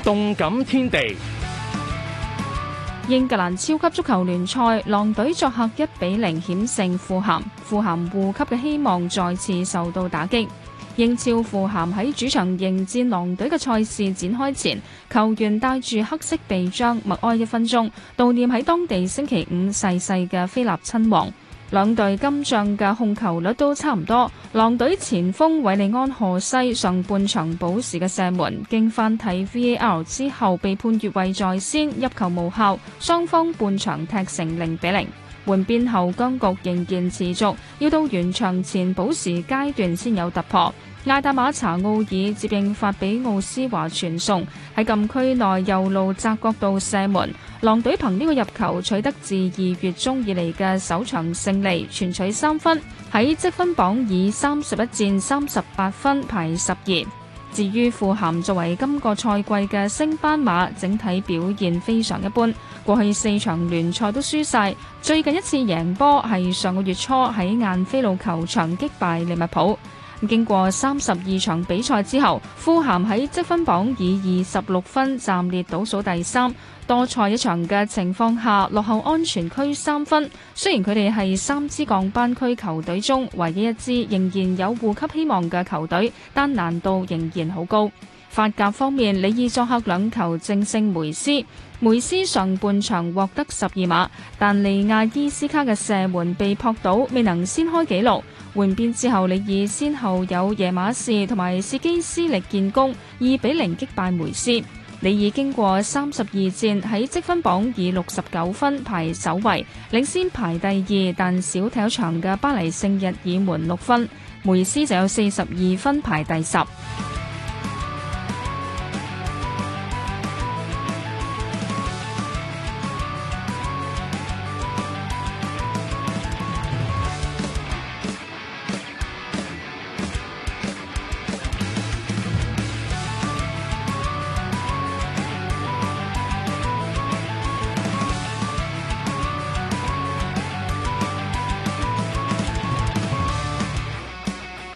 動感天地。 英格蘭超級足球聯賽，狼隊作客1-0險勝富咸，富咸護級嘅希望再次受到打擊。英超富咸喺主場迎戰狼隊嘅賽事展開前，球員帶住黑色臂章默哀1分鐘，悼念喺當地星期五逝世嘅菲臘親王。兩隊今仗嘅控球率都差唔多，狼隊前鋒韋利安荷西上半場補時嘅射門，經翻睇 VAR 之後被判越位在先，入球無效，雙方半場踢成0-0。換邊後僵局仍然持續，要到完場前補時階段先有突破。艾達馬查奧爾接應發俾奧斯華傳送，喺禁區內右路窄角度射門，狼隊憑呢個入球取得自2月中以嚟嘅首場勝利，全取3分，喺積分榜以31戰38分排12。至於富咸作為今個賽季嘅升班馬，整體表現非常一般，過去4場聯賽都輸晒，最近一次贏波係上個月初喺晏菲路球場擊敗利物浦。經過32場比賽之後，富咸喺積分榜以26分暫列倒數第3，多賽一場嘅情況下落後安全區3分。雖然佢哋係3支降班區球隊中唯一一支仍然有護級希望嘅球隊，但難度仍然好高。法甲方面，里爾作客2球正勝梅斯。梅斯上半場獲得12碼，但利亞伊斯卡嘅射門被撲倒，未能先開紀錄。換邊之後，里爾先後有耶馬士同埋士基斯力建功，2-0擊敗梅斯。里爾經過32戰喺積分榜以69分排首位，領先排第2但少踢一場嘅巴黎聖日耳門6分。梅斯就有42分排第10。